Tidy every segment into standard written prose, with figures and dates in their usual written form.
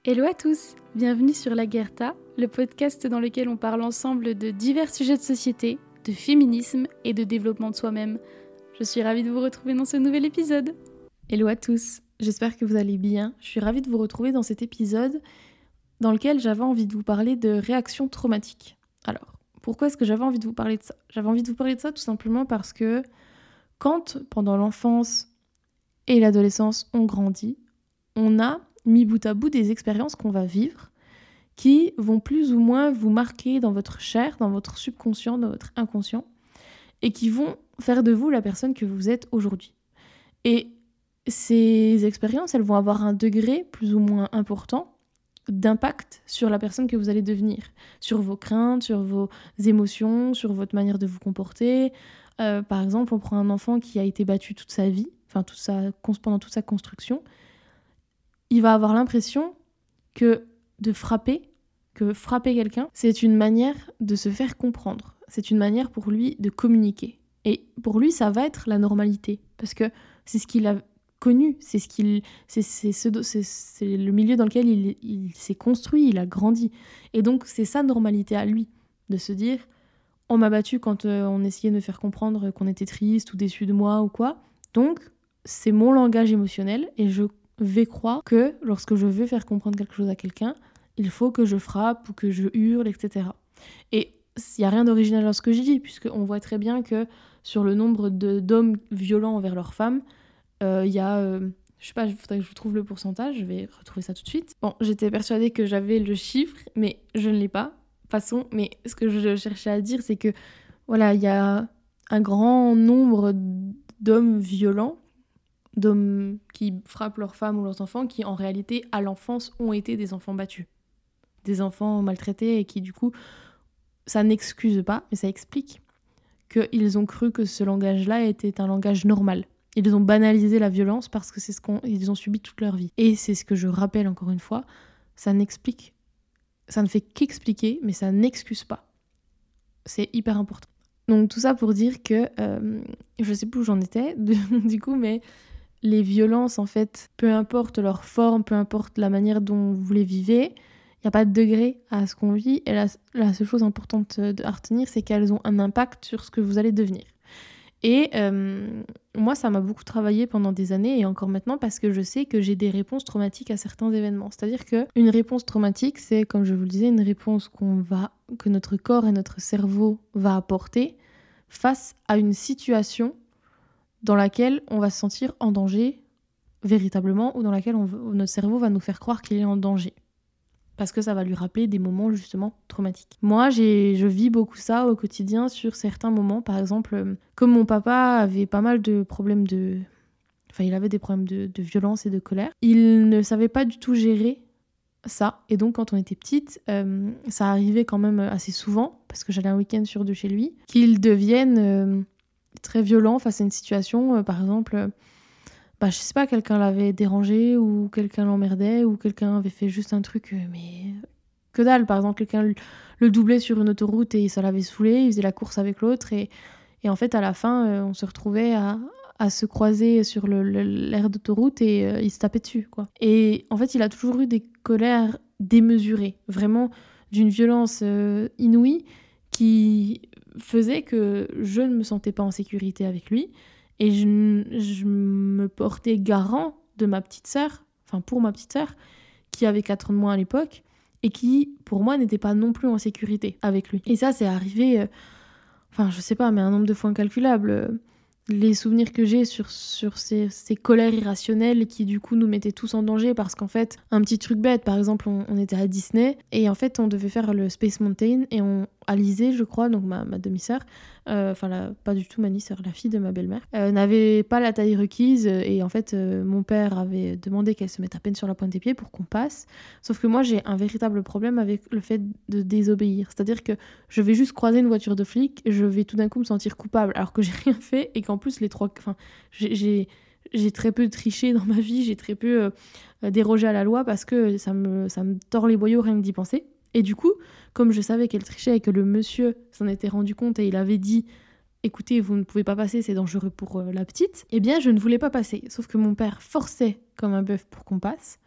Hello à tous, bienvenue sur La Guerta, le podcast dans lequel on parle ensemble de divers sujets de société, de féminisme et de développement de soi-même. Je suis ravie de vous retrouver dans ce nouvel épisode. Hello à tous, j'espère que vous allez bien. Je suis ravie de vous retrouver dans cet épisode dans lequel j'avais envie de vous parler de réactions traumatiques. Alors, pourquoi est-ce que j'avais envie de vous parler de ça ? J'avais envie de vous parler de ça tout simplement parce que quand, pendant l'enfance et l'adolescence, on grandit, on a mis bout à bout des expériences qu'on va vivre qui vont plus ou moins vous marquer dans votre chair, dans votre subconscient, dans votre inconscient et qui vont faire de vous la personne que vous êtes aujourd'hui. Et ces expériences, elles vont avoir un degré plus ou moins important d'impact sur la personne que vous allez devenir, sur vos craintes, sur vos émotions, sur votre manière de vous comporter. Par exemple, on prend un enfant qui a été battu toute sa vie, pendant toute sa construction. Il va avoir l'impression que frapper quelqu'un, c'est une manière de se faire comprendre. C'est une manière pour lui de communiquer. Et pour lui, ça va être la normalité. Parce que c'est ce qu'il a connu, c'est le milieu dans lequel il s'est construit, il a grandi. Et donc, c'est sa normalité à lui, de se dire « On m'a battu quand on essayait de me faire comprendre qu'on était triste ou déçu de moi ou quoi. Donc, c'est mon langage émotionnel et je vais croire que lorsque je veux faire comprendre quelque chose à quelqu'un, il faut que je frappe ou que je hurle, etc. » Et il n'y a rien d'original dans ce que je dis, puisqu'on voit très bien que sur le nombre d'hommes violents envers leurs femmes, il y a... je sais pas, il faudrait que je vous trouve le pourcentage, je vais retrouver ça tout de suite. Bon, j'étais persuadée que j'avais le chiffre, mais je ne l'ai pas. Passons, mais ce que je cherchais à dire, c'est que voilà, il y a un grand nombre d'hommes violents, d'hommes qui frappent leurs femmes ou leurs enfants, qui en réalité, à l'enfance, ont été des enfants battus. Des enfants maltraités et qui, du coup, ça n'excuse pas, mais ça explique qu'ils ont cru que ce langage-là était un langage normal. Ils ont banalisé la violence parce que c'est ce qu'ils ont subi toute leur vie. Et c'est ce que je rappelle encore une fois, ça ne fait qu'expliquer, mais ça n'excuse pas. C'est hyper important. Donc tout ça pour dire que, je sais plus où j'en étais, du coup, mais les violences, en fait, peu importe leur forme, peu importe la manière dont vous les vivez, il n'y a pas de degré à ce qu'on vit. Et la seule chose importante à retenir, c'est qu'elles ont un impact sur ce que vous allez devenir. Et moi, ça m'a beaucoup travaillé pendant des années et encore maintenant parce que je sais que j'ai des réponses traumatiques à certains événements. C'est-à-dire qu'une réponse traumatique, c'est, comme je vous le disais, une réponse que notre corps et notre cerveau va apporter face à une situation dans laquelle on va se sentir en danger véritablement ou dans laquelle notre cerveau va nous faire croire qu'il est en danger. Parce que ça va lui rappeler des moments justement traumatiques. Moi, je vis beaucoup ça au quotidien sur certains moments. Par exemple, comme mon papa avait pas mal de problèmes il avait des problèmes de violence et de colère. Il ne savait pas du tout gérer ça. Et donc, quand on était petite, ça arrivait quand même assez souvent, parce que j'allais un week-end sur deux chez lui, qu'il devienne très violent face à une situation. Par exemple... je sais pas, quelqu'un l'avait dérangé ou quelqu'un l'emmerdait ou quelqu'un avait fait juste un truc, mais que dalle. Par exemple, quelqu'un le doublait sur une autoroute et ça l'avait saoulé, il faisait la course avec l'autre et en fait, à la fin, on se retrouvait à se croiser sur l'aire d'autoroute et il se tapait dessus, quoi. Et en fait, il a toujours eu des colères démesurées, vraiment d'une violence inouïe qui faisait que je ne me sentais pas en sécurité avec lui. Et je me portais garant de ma petite sœur, pour ma petite sœur, qui avait 4 ans de moins à l'époque, et qui, pour moi, n'était pas non plus en sécurité avec lui. Et ça, c'est arrivé, je sais pas, mais un nombre de fois incalculable. Les souvenirs que j'ai sur ces colères irrationnelles qui, du coup, nous mettaient tous en danger parce qu'en fait, un petit truc bête, par exemple, on était à Disney, et en fait, on devait faire le Space Mountain, et Alizée, je crois, donc ma demi-sœur, pas du tout ma demi-sœur, la fille de ma belle-mère, n'avait pas la taille requise et en fait mon père avait demandé qu'elle se mette à peine sur la pointe des pieds pour qu'on passe. Sauf que moi j'ai un véritable problème avec le fait de désobéir. C'est-à-dire que je vais juste croiser une voiture de flic, je vais tout d'un coup me sentir coupable alors que j'ai rien fait et qu'en plus j'ai très peu triché dans ma vie, j'ai très peu dérogé à la loi parce que ça me tord les boyaux rien que d'y penser. Et du coup, comme je savais qu'elle trichait et que le monsieur s'en était rendu compte et il avait dit « Écoutez, vous ne pouvez pas passer, c'est dangereux pour la petite », eh bien, je ne voulais pas passer. Sauf que mon père forçait comme un bœuf pour qu'on passe,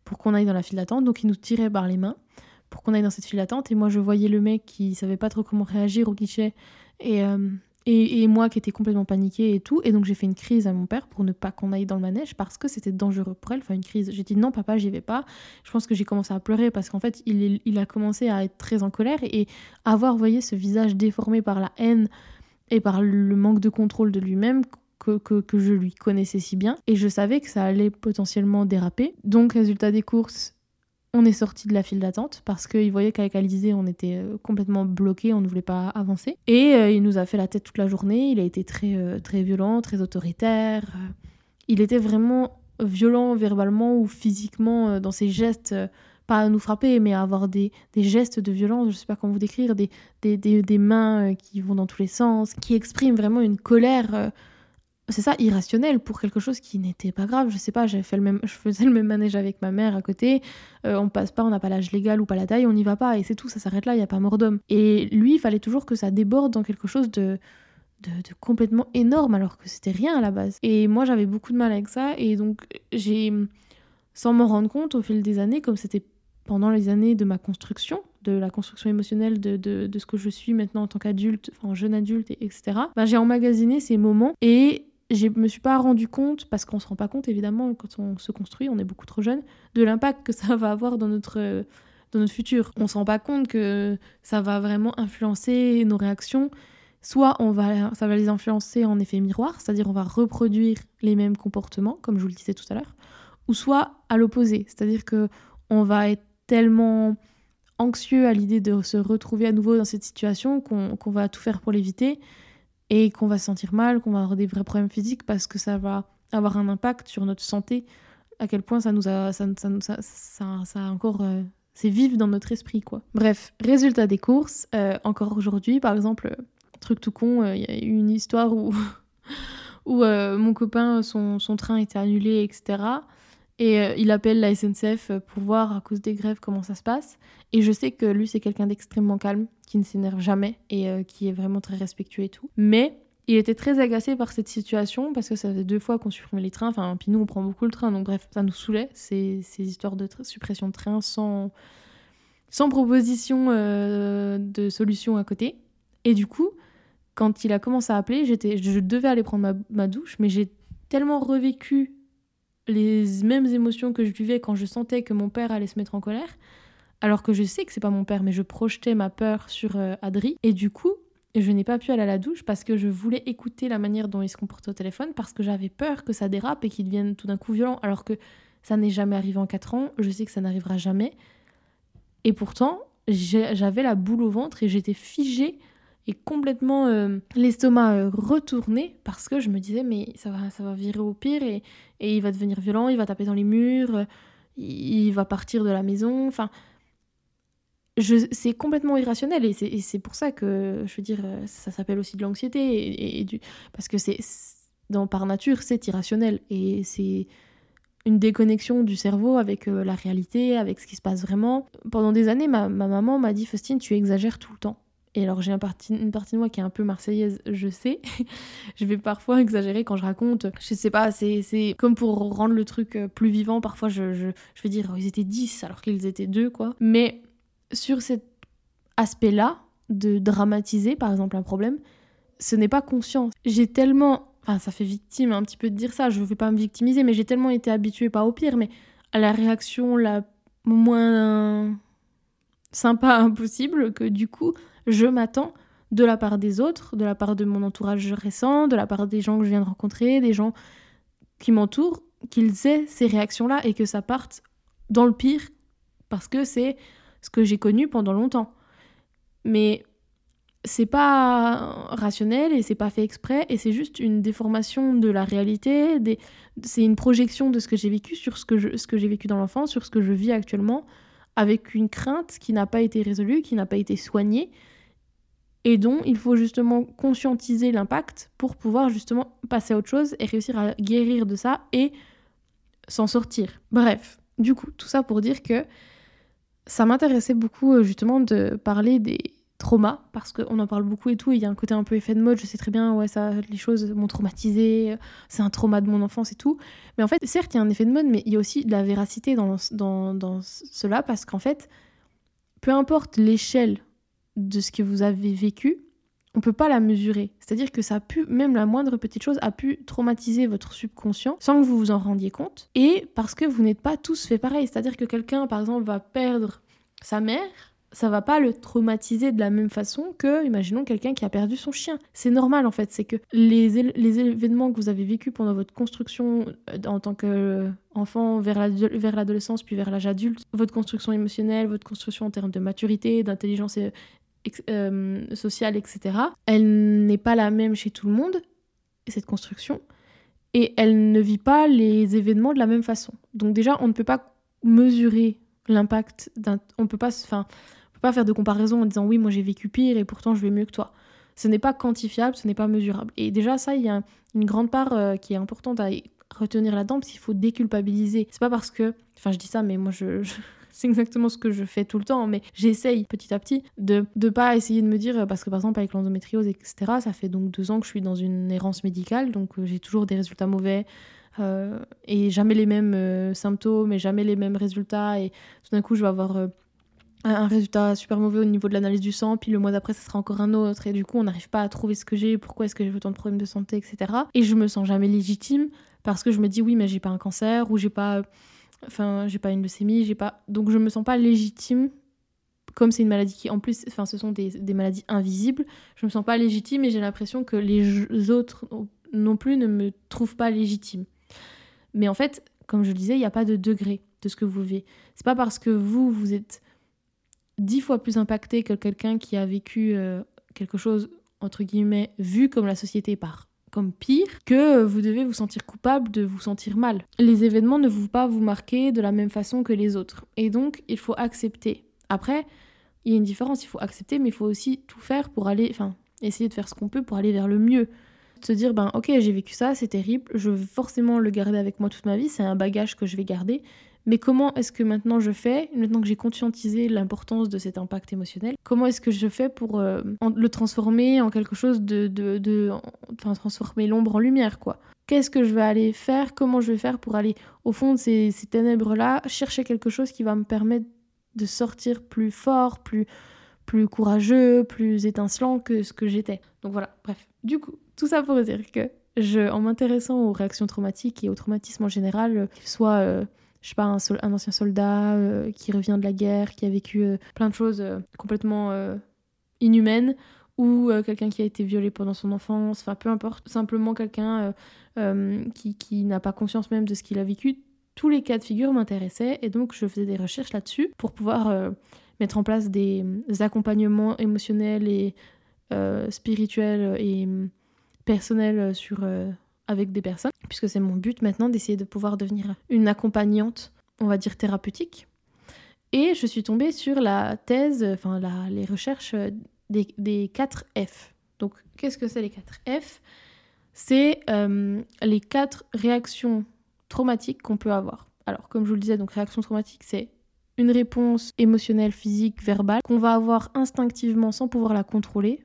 pour qu'on aille dans la file d'attente. Donc il nous tirait par les mains pour qu'on aille dans cette file d'attente. Et moi, je voyais le mec qui savait pas trop comment réagir au guichet et moi qui étais complètement paniquée et tout. Et donc j'ai fait une crise à mon père pour ne pas qu'on aille dans le manège parce que c'était dangereux pour elle. Enfin, une crise. J'ai dit non, papa, j'y vais pas. Je pense que j'ai commencé à pleurer parce qu'en fait, il a commencé à être très en colère et avoir, vous voyez, ce visage déformé par la haine et par le manque de contrôle de lui-même que je lui connaissais si bien. Et je savais que ça allait potentiellement déraper. Donc, résultat des courses, on est sorti de la file d'attente parce qu'il voyait qu'avec Alizé, on était complètement bloqués, on ne voulait pas avancer. Et il nous a fait la tête toute la journée. Il a été très violent, très autoritaire. Il était vraiment violent verbalement ou physiquement dans ses gestes, pas à nous frapper, mais à avoir des gestes de violence, je sais pas comment vous décrire, des mains qui vont dans tous les sens, qui expriment vraiment une colère, c'est ça, irrationnelle pour quelque chose qui n'était pas grave. Je sais pas, je faisais le même manège avec ma mère à côté, on passe pas, on n'a pas l'âge légal ou pas la taille, on n'y va pas, et c'est tout, ça s'arrête là, il n'y a pas mort d'homme. Et lui, il fallait toujours que ça déborde dans quelque chose de complètement énorme alors que c'était rien à la base. Et moi j'avais beaucoup de mal avec ça et donc j'ai, sans m'en rendre compte au fil des années, comme c'était pendant les années de ma construction, de la construction émotionnelle de ce que je suis maintenant en tant qu'adulte, enfin jeune adulte, etc., j'ai emmagasiné ces moments et je me suis pas rendu compte, parce qu'on se rend pas compte évidemment quand on se construit, on est beaucoup trop jeune, de l'impact que ça va avoir dans notre futur. On se rend pas compte que ça va vraiment influencer nos réactions. Soit ça va les influencer en effet miroir, c'est-à-dire on va reproduire les mêmes comportements, comme je vous le disais tout à l'heure, ou soit à l'opposé, c'est-à-dire que on va être tellement anxieux à l'idée de se retrouver à nouveau dans cette situation qu'on va tout faire pour l'éviter et qu'on va se sentir mal, qu'on va avoir des vrais problèmes physiques parce que ça va avoir un impact sur notre santé, à quel point ça a encore... c'est vif dans notre esprit, quoi. Bref, résultat des courses, encore aujourd'hui, par exemple... Truc tout con, il y a eu une histoire où mon copain, son train était annulé, etc. Et il appelle la SNCF pour voir à cause des grèves comment ça se passe. Et je sais que lui, c'est quelqu'un d'extrêmement calme, qui ne s'énerve jamais et qui est vraiment très respectueux et tout. Mais il était très agacé par cette situation parce que ça faisait 2 fois qu'on supprimait les trains. Enfin, puis nous, on prend beaucoup le train, donc bref, ça nous saoulait, ces histoires de suppression de train sans proposition de solution à côté. Et du coup, quand il a commencé à appeler, je devais aller prendre ma douche, mais j'ai tellement revécu les mêmes émotions que je vivais quand je sentais que mon père allait se mettre en colère, alors que je sais que c'est pas mon père, mais je projetais ma peur sur Adri. Et du coup, je n'ai pas pu aller à la douche parce que je voulais écouter la manière dont il se comportait au téléphone, parce que j'avais peur que ça dérape et qu'il devienne tout d'un coup violent, alors que ça n'est jamais arrivé en 4 ans, je sais que ça n'arrivera jamais. Et pourtant, j'avais la boule au ventre et j'étais figée et complètement l'estomac retourné parce que je me disais mais ça va virer au pire et il va devenir violent, il va taper dans les murs, il va partir de la maison, enfin c'est complètement irrationnel et c'est pour ça que je veux dire ça s'appelle aussi de l'anxiété parce que par nature c'est irrationnel et c'est une déconnexion du cerveau avec la réalité, avec ce qui se passe vraiment. Pendant des années, ma maman m'a dit « Faustine, tu exagères tout le temps ». Et alors j'ai une partie de moi qui est un peu marseillaise, je sais. Je vais parfois exagérer quand je raconte. Je sais pas, c'est comme pour rendre le truc plus vivant. Parfois je vais dire ils étaient 10 alors qu'ils étaient 2, quoi. Mais sur cet aspect-là, de dramatiser par exemple un problème, ce n'est pas conscient. J'ai tellement... Enfin, ça fait victime un petit peu de dire ça, je ne vais pas me victimiser, mais j'ai tellement été habituée, pas au pire, mais à la réaction la moins sympa possible que du coup, je m'attends de la part des autres, de la part de mon entourage récent, de la part des gens que je viens de rencontrer, des gens qui m'entourent, qu'ils aient ces réactions-là et que ça parte dans le pire parce que c'est ce que j'ai connu pendant longtemps. Mais c'est pas rationnel et c'est pas fait exprès et c'est juste une déformation de la réalité, c'est une projection de ce que j'ai vécu sur ce que j'ai vécu dans l'enfance, sur ce que je vis actuellement, avec une crainte qui n'a pas été résolue, qui n'a pas été soignée et dont il faut justement conscientiser l'impact pour pouvoir justement passer à autre chose et réussir à guérir de ça et s'en sortir. Bref, du coup, tout ça pour dire que ça m'intéressait beaucoup justement de parler trauma, parce qu'on en parle beaucoup et tout, il y a un côté un peu effet de mode, je sais très bien, ouais, ça, les choses m'ont traumatisé, c'est un trauma de mon enfance et tout. Mais en fait, certes, il y a un effet de mode, mais il y a aussi de la véracité dans cela, parce qu'en fait, peu importe l'échelle de ce que vous avez vécu, on peut pas la mesurer. C'est-à-dire que ça a pu, même la moindre petite chose, a pu traumatiser votre subconscient sans que vous vous en rendiez compte. Et parce que vous n'êtes pas tous fait pareil. C'est-à-dire que quelqu'un, par exemple, va perdre sa mère, ça va pas le traumatiser de la même façon que, imaginons, quelqu'un qui a perdu son chien. C'est normal, en fait. C'est que les événements que vous avez vécus pendant votre construction en tant qu'enfant vers l'adolescence, puis vers l'âge adulte, votre construction émotionnelle, votre construction en termes de maturité, d'intelligence sociale, etc., elle n'est pas la même chez tout le monde, cette construction, et elle ne vit pas les événements de la même façon. Donc déjà, on ne peut pas mesurer l'impact on peut pas faire de comparaison en disant oui, moi j'ai vécu pire et pourtant je vais mieux que toi. Ce n'est pas quantifiable, ce n'est pas mesurable. Et déjà ça, il y a une grande part qui est importante à retenir là-dedans, parce qu'il faut déculpabiliser. C'est pas parce que, enfin je dis ça, mais moi c'est exactement ce que je fais tout le temps, mais j'essaye petit à petit de pas essayer de me dire, parce que par exemple avec l'endométriose, etc., ça fait donc 2 ans que je suis dans une errance médicale, donc j'ai toujours des résultats mauvais, et jamais les mêmes symptômes, et jamais les mêmes résultats, et tout d'un coup je vais avoir un résultat super mauvais au niveau de l'analyse du sang, puis le mois d'après ça sera encore un autre, et du coup on n'arrive pas à trouver ce que j'ai, pourquoi est-ce que j'ai autant de problèmes de santé, etc. Et je me sens jamais légitime, parce que je me dis oui mais j'ai pas un cancer, ou j'ai pas une leucémie, donc je me sens pas légitime, comme c'est une maladie qui en plus, ce sont des maladies invisibles, je me sens pas légitime et j'ai l'impression que les autres non plus ne me trouvent pas légitime. Mais en fait, comme je le disais, il n'y a pas de degré de ce que vous vivez. C'est pas parce que vous êtes 10 fois plus impacté que quelqu'un qui a vécu quelque chose, entre guillemets, vu comme la société comme pire, que vous devez vous sentir coupable de vous sentir mal. Les événements ne vont pas vous marquer de la même façon que les autres. Et donc, il faut accepter. Après, il y a une différence, il faut accepter, mais il faut aussi tout faire pour essayer de faire ce qu'on peut pour aller vers le mieux. Se dire, ok, j'ai vécu ça, c'est terrible, je veux forcément le garder avec moi toute ma vie, c'est un bagage que je vais garder, mais comment est-ce que maintenant que j'ai conscientisé l'importance de cet impact émotionnel, comment est-ce que je fais pour le transformer en quelque chose transformer l'ombre en lumière, quoi. Qu'est-ce que je vais aller faire, comment je vais faire pour aller au fond de ces ténèbres-là, chercher quelque chose qui va me permettre de sortir plus fort, plus courageux, plus étincelant que ce que j'étais. Donc voilà, bref. Du coup, tout ça pour dire que en m'intéressant aux réactions traumatiques et au traumatisme en général, qu'il soit, un ancien soldat qui revient de la guerre, qui a vécu plein de choses complètement inhumaines, ou quelqu'un qui a été violé pendant son enfance, peu importe, simplement quelqu'un qui n'a pas conscience même de ce qu'il a vécu, tous les cas de figure m'intéressaient, et donc je faisais des recherches là-dessus pour pouvoir mettre en place des accompagnements émotionnels et spirituels et personnels avec des personnes, puisque c'est mon but maintenant d'essayer de pouvoir devenir une accompagnante, on va dire thérapeutique. Et je suis tombée sur la thèse, les recherches des 4 F. Donc, qu'est-ce que c'est les 4 F ? C'est les 4 réactions traumatiques qu'on peut avoir. Alors, comme je vous le disais, donc réaction traumatique, c'est une réponse émotionnelle, physique, verbale, qu'on va avoir instinctivement sans pouvoir la contrôler,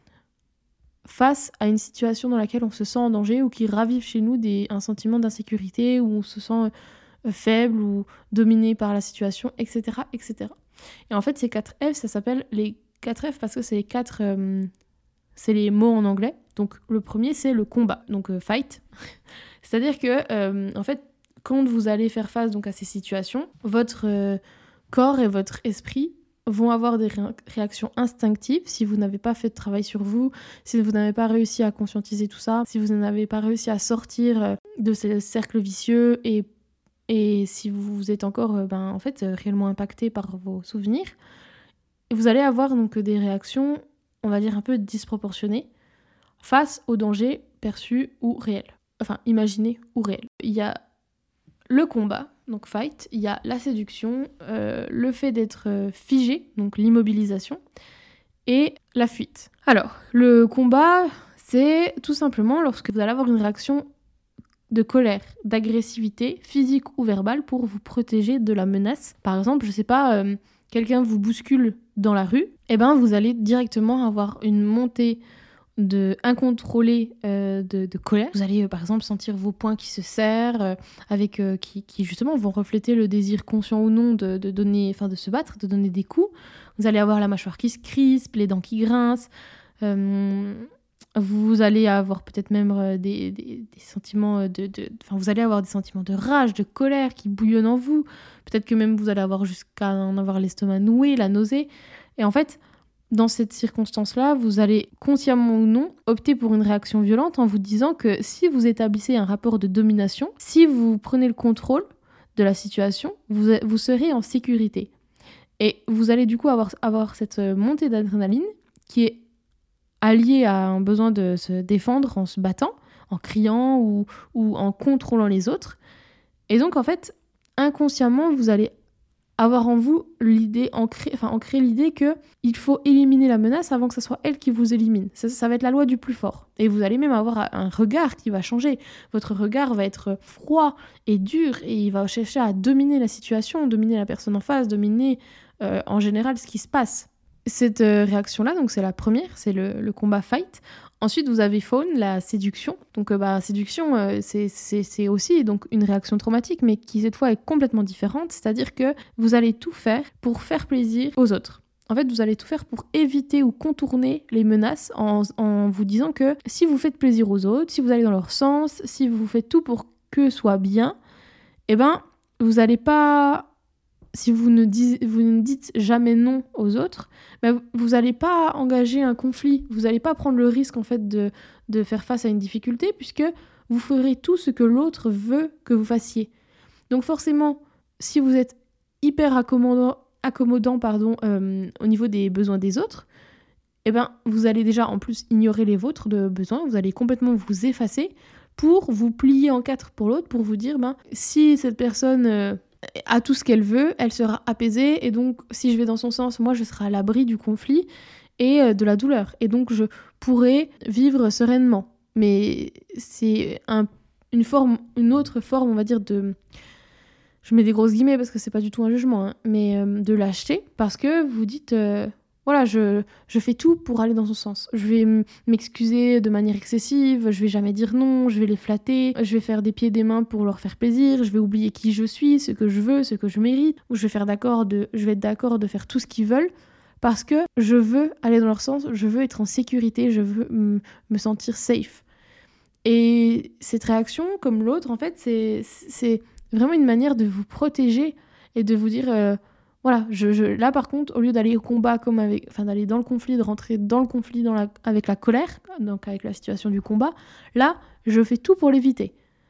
face à une situation dans laquelle on se sent en danger ou qui ravive chez nous un sentiment d'insécurité, où on se sent faible ou dominé par la situation, etc., etc. Et en fait, ces 4 F, ça s'appelle les 4 F parce que c'est c'est les mots en anglais. Donc le premier, c'est le combat, donc fight. C'est-à-dire que, en fait, quand vous allez faire face donc à ces situations, votre corps et votre esprit vont avoir des réactions instinctives si vous n'avez pas fait de travail sur vous, si vous n'avez pas réussi à conscientiser tout ça, si vous n'avez pas réussi à sortir de ces cercles vicieux et si vous êtes encore réellement impacté par vos souvenirs. Et vous allez avoir donc des réactions, on va dire un peu disproportionnées, face au danger perçu ou réel. Enfin, imaginé ou réel. Il y a le combat, donc fight, il y a la séduction, le fait d'être figé, donc l'immobilisation, et la fuite. Alors, le combat, c'est tout simplement lorsque vous allez avoir une réaction de colère, d'agressivité, physique ou verbale, pour vous protéger de la menace. Par exemple, je sais pas, quelqu'un vous bouscule dans la rue, eh ben vous allez directement avoir une montée incontrôlée de colère. Vous allez par exemple sentir vos poings qui se serrent, qui justement vont refléter le désir conscient ou non de se battre, de donner des coups. Vous allez avoir la mâchoire qui se crispe, les dents qui grincent. Vous allez avoir peut-être même des sentiments vous allez avoir des sentiments de rage, de colère qui bouillonnent en vous. Peut-être que même vous allez avoir jusqu'à en avoir l'estomac noué, la nausée. Et en fait, dans cette circonstance-là, vous allez, consciemment ou non, opter pour une réaction violente en vous disant que si vous établissez un rapport de domination, si vous prenez le contrôle de la situation, vous serez en sécurité. Et vous allez du coup avoir cette montée d'adrénaline qui est alliée à un besoin de se défendre en se battant, en criant ou en contrôlant les autres. Et donc, en fait, inconsciemment, vous allez avoir en vous l'idée, ancrer l'idée qu'il faut éliminer la menace avant que ce soit elle qui vous élimine. Ça va être la loi du plus fort. Et vous allez même avoir un regard qui va changer. Votre regard va être froid et dur et il va chercher à dominer la situation, dominer la personne en face, dominer en général ce qui se passe. Cette réaction-là, donc c'est la première, c'est le combat fight. Ensuite, vous avez fawn, la séduction. Donc, séduction, c'est aussi donc une réaction traumatique, mais qui cette fois est complètement différente. C'est-à-dire que vous allez tout faire pour faire plaisir aux autres. En fait, vous allez tout faire pour éviter ou contourner les menaces en vous disant que si vous faites plaisir aux autres, si vous allez dans leur sens, si vous faites tout pour qu'eux soient bien, eh ben, vous n'allez pas... Si vous ne dites jamais non aux autres, vous n'allez pas engager un conflit, vous n'allez pas prendre le risque en fait de faire face à une difficulté puisque vous ferez tout ce que l'autre veut que vous fassiez. Donc forcément, si vous êtes hyper accommodant au niveau des besoins des autres, eh ben, vous allez déjà en plus ignorer les vôtres de besoins, vous allez complètement vous effacer pour vous plier en quatre pour l'autre, pour vous dire si cette personne... a tout ce qu'elle veut, elle sera apaisée et donc si je vais dans son sens, moi je serai à l'abri du conflit et de la douleur et donc je pourrai vivre sereinement. Mais c'est une autre forme, on va dire, je mets des grosses guillemets parce que c'est pas du tout un jugement, mais de lâcheté parce que vous dites voilà, je fais tout pour aller dans son sens. Je vais m'excuser de manière excessive, je vais jamais dire non, je vais les flatter, je vais faire des pieds et des mains pour leur faire plaisir, je vais oublier qui je suis, ce que je veux, ce que je mérite, ou je vais être d'accord de faire tout ce qu'ils veulent parce que je veux aller dans leur sens, je veux être en sécurité, je veux me sentir safe. Et cette réaction, comme l'autre, en fait, c'est vraiment une manière de vous protéger et de vous dire... Voilà, là par contre, au lieu d'aller au combat d'aller dans le conflit, de rentrer dans le conflit avec la colère, donc avec la situation du combat, là, je fais tout pour l'éviter.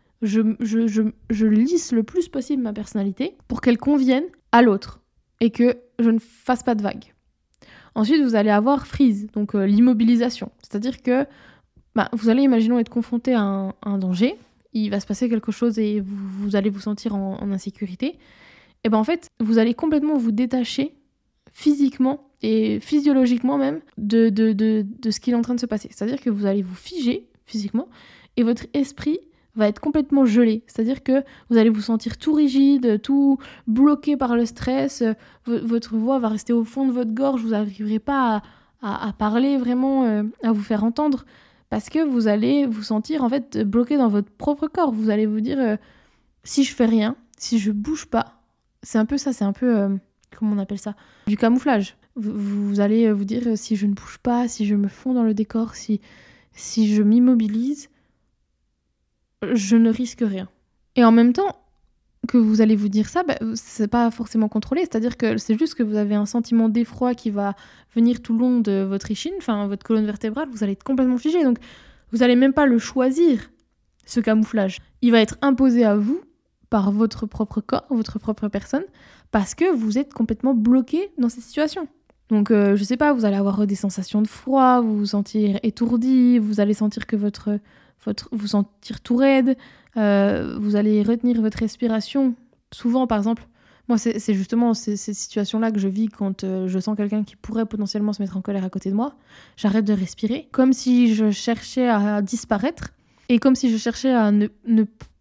Je lisse le plus possible ma personnalité pour qu'elle convienne à l'autre et que je ne fasse pas de vagues. Ensuite, vous allez avoir freeze, donc l'immobilisation. C'est-à-dire que vous allez, imaginons, être confronté à un danger, il va se passer quelque chose et vous allez vous sentir en insécurité. Et en fait, vous allez complètement vous détacher physiquement et physiologiquement même de ce qui est en train de se passer. C'est-à-dire que vous allez vous figer physiquement et votre esprit va être complètement gelé. C'est-à-dire que vous allez vous sentir tout rigide, tout bloqué par le stress, votre voix va rester au fond de votre gorge, vous n'arriverez pas à parler vraiment, à vous faire entendre parce que vous allez vous sentir en fait bloqué dans votre propre corps. Vous allez vous dire si je fais rien, si je bouge pas, c'est un peu ça, comment on appelle ça ? Du camouflage. Vous allez vous dire, si je ne bouge pas, si je me fonds dans le décor, si je m'immobilise, je ne risque rien. Et en même temps que vous allez vous dire ça, c'est pas forcément contrôlé, c'est-à-dire que c'est juste que vous avez un sentiment d'effroi qui va venir tout le long de votre échine, enfin votre colonne vertébrale, vous allez être complètement figé, donc vous n'allez même pas le choisir, ce camouflage. Il va être imposé à vous par votre propre corps, votre propre personne, parce que vous êtes complètement bloqué dans cette situation. Donc, je sais pas, vous allez avoir des sensations de froid, vous vous sentir étourdi, vous allez sentir que vous sentir tout raide, vous allez retenir votre respiration. Souvent, par exemple, moi, c'est justement ces situations-là que je vis quand je sens quelqu'un qui pourrait potentiellement se mettre en colère à côté de moi. J'arrête de respirer, comme si je cherchais à disparaître, et comme si je cherchais à ne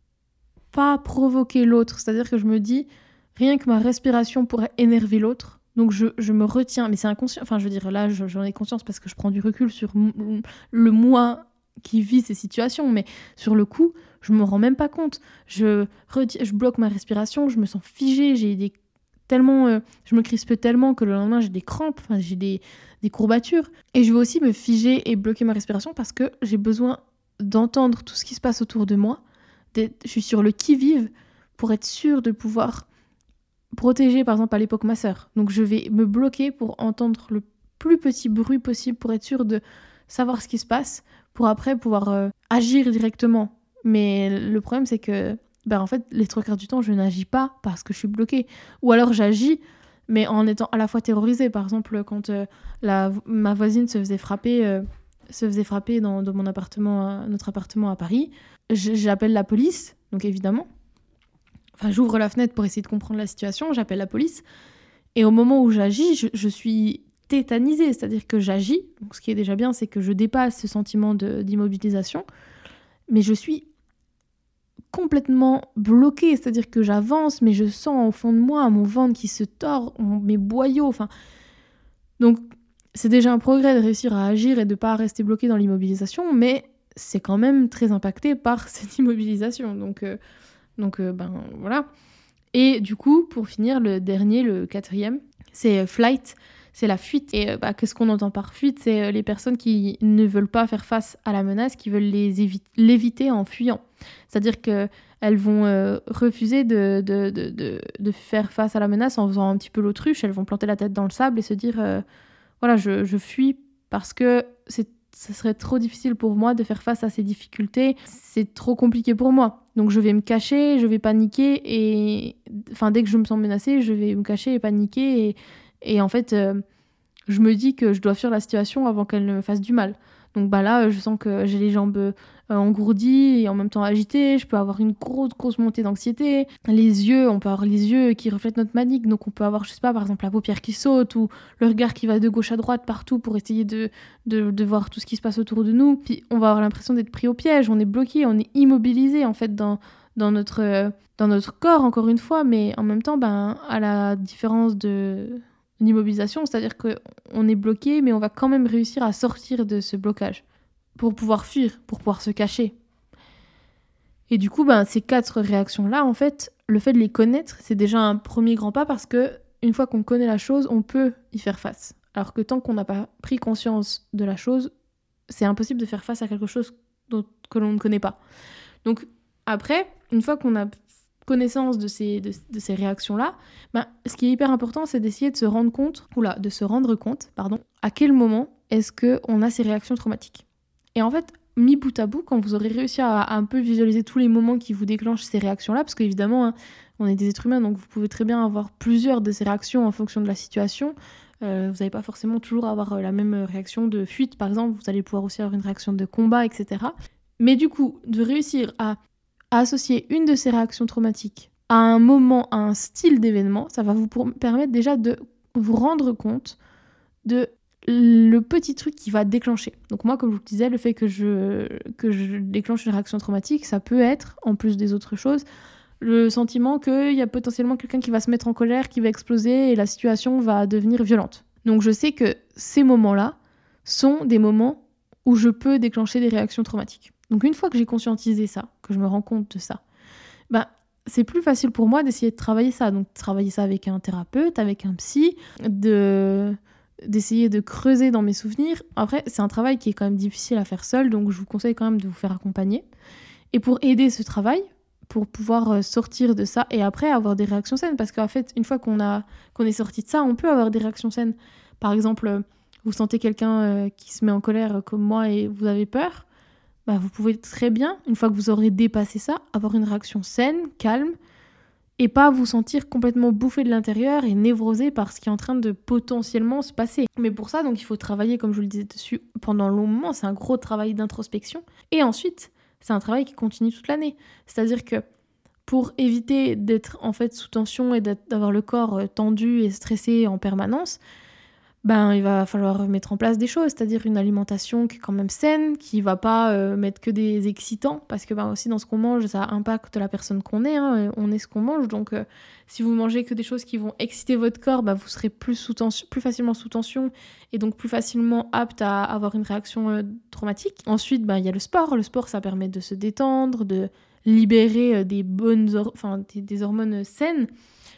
pas provoquer l'autre, c'est-à-dire que je me dis rien que ma respiration pourrait énerver l'autre, Donc je me retiens, mais c'est inconscient. Enfin, je veux dire, là, j'en ai conscience parce que je prends du recul sur le moi qui vit ces situations, mais sur le coup, je me rends même pas compte. Je bloque ma respiration, je me sens figée, je me crispe tellement que le lendemain, j'ai des crampes, enfin, j'ai des courbatures. Et je vais aussi me figer et bloquer ma respiration parce que j'ai besoin d'entendre tout ce qui se passe autour de moi. Je suis sur le qui-vive pour être sûre de pouvoir protéger, par exemple, à l'époque, ma sœur. Donc je vais me bloquer pour entendre le plus petit bruit possible pour être sûre de savoir ce qui se passe, pour après pouvoir agir directement. Mais le problème, c'est que en fait, les 3 quarts du temps, je n'agis pas parce que je suis bloquée. Ou alors j'agis, mais en étant à la fois terrorisée. Par exemple, quand ma voisine se faisait frapper dans mon appartement, notre appartement à Paris, j'appelle la police, donc évidemment. Enfin, j'ouvre la fenêtre pour essayer de comprendre la situation, j'appelle la police. Et au moment où j'agis, je suis tétanisée, c'est-à-dire que j'agis. Donc, ce qui est déjà bien, c'est que je dépasse ce sentiment d'immobilisation. Mais je suis complètement bloquée, c'est-à-dire que j'avance, mais je sens au fond de moi mon ventre qui se tord, mes boyaux. Enfin, donc, c'est déjà un progrès de réussir à agir et de ne pas rester bloqué dans l'immobilisation, mais c'est quand même très impacté par cette immobilisation. Donc, voilà. Et du coup, pour finir, le 4e, c'est flight, c'est la fuite. Et qu'est-ce qu'on entend par fuite ? C'est les personnes qui ne veulent pas faire face à la menace, qui veulent l'éviter en fuyant. C'est-à-dire qu'elles vont refuser de faire face à la menace en faisant un petit peu l'autruche. Elles vont planter la tête dans le sable et se dire voilà, je fuis parce que ça serait trop difficile pour moi de faire face à ces difficultés. C'est trop compliqué pour moi. Donc je vais me cacher, je vais paniquer et... Enfin, dès que je me sens menacée, je vais me cacher et paniquer. Et en fait, je me dis que je dois fuir la situation avant qu'elle ne me fasse du mal. Donc là, je sens que j'ai les jambes engourdies et en même temps agitées. Je peux avoir une grosse montée d'anxiété. On peut avoir les yeux qui reflètent notre panique. Donc on peut avoir, je sais pas, par exemple la paupière qui saute ou le regard qui va de gauche à droite partout pour essayer de voir tout ce qui se passe autour de nous. Puis on va avoir l'impression d'être pris au piège. On est bloqué, on est immobilisé en fait dans notre corps, encore une fois. Mais en même temps, à la différence de l'immobilisation, c'est-à-dire qu'on est bloqué, mais on va quand même réussir à sortir de ce blocage pour pouvoir fuir, pour pouvoir se cacher. Et du coup, ces 4 réactions-là, en fait, le fait de les connaître, c'est déjà un premier grand pas parce que une fois qu'on connaît la chose, on peut y faire face. Alors que tant qu'on n'a pas pris conscience de la chose, c'est impossible de faire face à quelque chose que l'on ne connaît pas. Donc après, une fois qu'on a connaissance de ces réactions-là, ce qui est hyper important, c'est d'essayer de se rendre compte, à quel moment est-ce qu'on a ces réactions traumatiques. Et en fait, mis bout à bout, quand vous aurez réussi à un peu visualiser tous les moments qui vous déclenchent ces réactions-là, parce qu'évidemment, on est des êtres humains, donc vous pouvez très bien avoir plusieurs de ces réactions en fonction de la situation. Vous n'allez pas forcément toujours avoir la même réaction de fuite, par exemple, vous allez pouvoir aussi avoir une réaction de combat, etc. Mais du coup, de réussir à associer une de ces réactions traumatiques à un moment, à un style d'événement, ça va vous permettre déjà de vous rendre compte de le petit truc qui va déclencher. Donc moi, comme je vous le disais, le fait que je déclenche une réaction traumatique, ça peut être, en plus des autres choses, le sentiment qu'il y a potentiellement quelqu'un qui va se mettre en colère, qui va exploser et la situation va devenir violente. Donc je sais que ces moments-là sont des moments où je peux déclencher des réactions traumatiques. Donc une fois que j'ai conscientisé ça, que je me rends compte de ça, c'est plus facile pour moi d'essayer de travailler ça. Donc travailler ça avec un thérapeute, avec un psy, d'essayer de creuser dans mes souvenirs. Après, c'est un travail qui est quand même difficile à faire seul, donc je vous conseille quand même de vous faire accompagner. Et pour aider ce travail, pour pouvoir sortir de ça et après avoir des réactions saines, parce qu'en fait, une fois qu'on est sorti de ça, on peut avoir des réactions saines. Par exemple, vous sentez quelqu'un qui se met en colère comme moi et vous avez peur, vous pouvez très bien, une fois que vous aurez dépassé ça, avoir une réaction saine, calme, et pas vous sentir complètement bouffé de l'intérieur et névrosé par ce qui est en train de potentiellement se passer. Mais pour ça, donc, il faut travailler, comme je vous le disais dessus, pendant un long moment. C'est un gros travail d'introspection. Et ensuite, c'est un travail qui continue toute l'année. C'est-à-dire que pour éviter d'être en fait sous tension et d'avoir le corps tendu et stressé en permanence, il va falloir mettre en place des choses, c'est-à-dire une alimentation qui est quand même saine, qui va pas mettre que des excitants, parce que aussi dans ce qu'on mange, ça impacte la personne qu'on est, hein, on est ce qu'on mange, donc si vous mangez que des choses qui vont exciter votre corps, vous serez plus facilement sous tension, et donc plus facilement apte à avoir une réaction traumatique. Ensuite, il y a le sport ça permet de se détendre, de libérer des des hormones saines,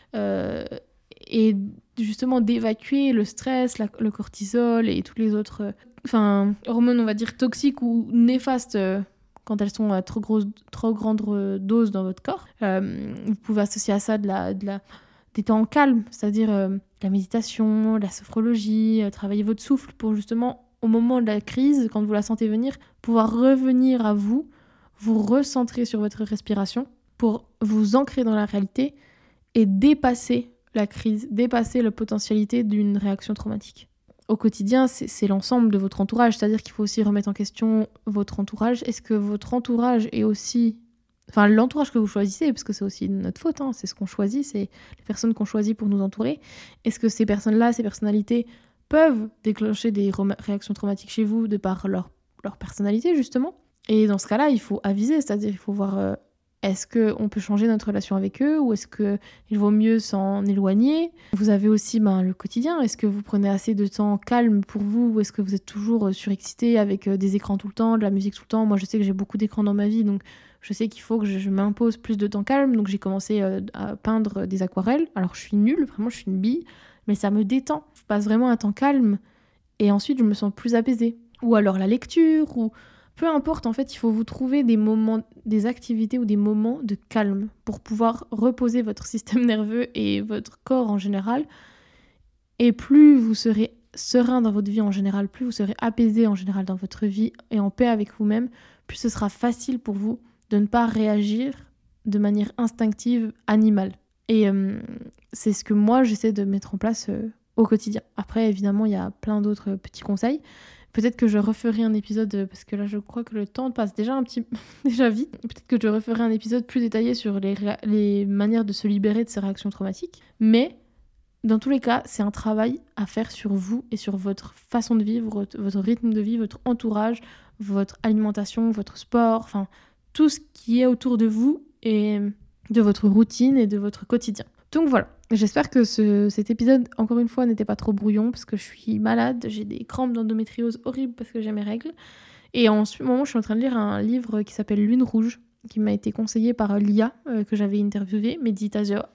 et justement d'évacuer le stress, le cortisol et toutes les autres hormones, on va dire, toxiques ou néfastes quand elles sont à trop grande dose dans votre corps. Vous pouvez associer à ça des temps calmes, c'est-à-dire la méditation, la sophrologie, travailler votre souffle pour justement, au moment de la crise, quand vous la sentez venir, pouvoir revenir à vous recentrer sur votre respiration pour vous ancrer dans la réalité et dépasser la crise, dépasser la potentialité d'une réaction traumatique. Au quotidien, c'est l'ensemble de votre entourage, c'est-à-dire qu'il faut aussi remettre en question votre entourage. Est-ce que votre entourage est aussi... l'entourage que vous choisissez, parce que c'est aussi notre faute, hein, c'est ce qu'on choisit, c'est les personnes qu'on choisit pour nous entourer. Est-ce que ces personnes-là, ces personnalités, peuvent déclencher des réactions traumatiques chez vous de par leur personnalité, justement ? Et dans ce cas-là, il faut aviser, c'est-à-dire il faut voir... est-ce qu'on peut changer notre relation avec eux ou est-ce qu'il vaut mieux s'en éloigner ? Vous avez aussi le quotidien. Est-ce que vous prenez assez de temps calme pour vous ou est-ce que vous êtes toujours surexcité avec des écrans tout le temps, de la musique tout le temps ? Moi, je sais que j'ai beaucoup d'écrans dans ma vie, donc je sais qu'il faut que je m'impose plus de temps calme. Donc j'ai commencé à peindre des aquarelles. Alors je suis nulle, vraiment, je suis une bille, mais ça me détend. Je passe vraiment un temps calme et ensuite je me sens plus apaisée. Ou alors la lecture ou... Peu importe, en fait, il faut vous trouver des moments, des activités ou des moments de calme pour pouvoir reposer votre système nerveux et votre corps en général. Et plus vous serez serein dans votre vie en général, plus vous serez apaisé en général dans votre vie et en paix avec vous-même, plus ce sera facile pour vous de ne pas réagir de manière instinctive, animale. Et c'est ce que moi, j'essaie de mettre en place au quotidien. Après, évidemment, il y a plein d'autres petits conseils. Peut-être que je referai un épisode, parce que là je crois que le temps passe déjà déjà vite. Peut-être que je referai un épisode plus détaillé sur les manières de se libérer de ces réactions traumatiques. Mais dans tous les cas, c'est un travail à faire sur vous et sur votre façon de vivre, votre rythme de vie, votre entourage, votre alimentation, votre sport, tout ce qui est autour de vous et de votre routine et de votre quotidien. Donc voilà. J'espère que cet épisode, encore une fois, n'était pas trop brouillon parce que je suis malade, j'ai des crampes d'endométriose horribles parce que j'ai mes règles. Et en ce moment, je suis en train de lire un livre qui s'appelle Lune Rouge, qui m'a été conseillé par Lia, que j'avais interviewé, Meditazoa,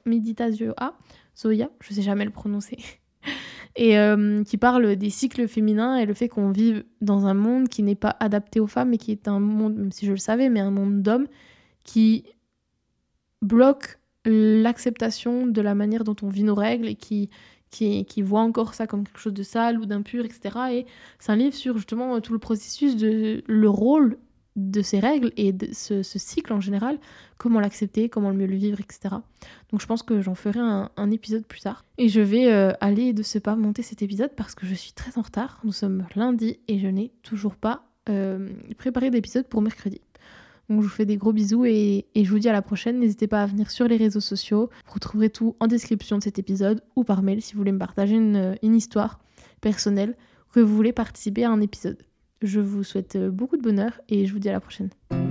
Zoya, je sais jamais le prononcer, et qui parle des cycles féminins et le fait qu'on vive dans un monde qui n'est pas adapté aux femmes et qui est un monde, même si je le savais, mais un monde d'hommes qui bloque l'acceptation de la manière dont on vit nos règles et qui voit encore ça comme quelque chose de sale ou d'impur, etc. Et c'est un livre sur justement tout le processus le rôle de ces règles et de ce cycle en général, comment l'accepter, comment le mieux le vivre, etc. Donc je pense que j'en ferai un épisode plus tard. Et je vais aller de ce pas monter cet épisode parce que je suis très en retard. Nous sommes lundi et je n'ai toujours pas préparé d'épisode pour mercredi. Donc je vous fais des gros bisous et je vous dis à la prochaine. N'hésitez pas à venir sur les réseaux sociaux. Vous retrouverez tout en description de cet épisode ou par mail si vous voulez me partager une histoire personnelle ou que vous voulez participer à un épisode. Je vous souhaite beaucoup de bonheur et je vous dis à la prochaine.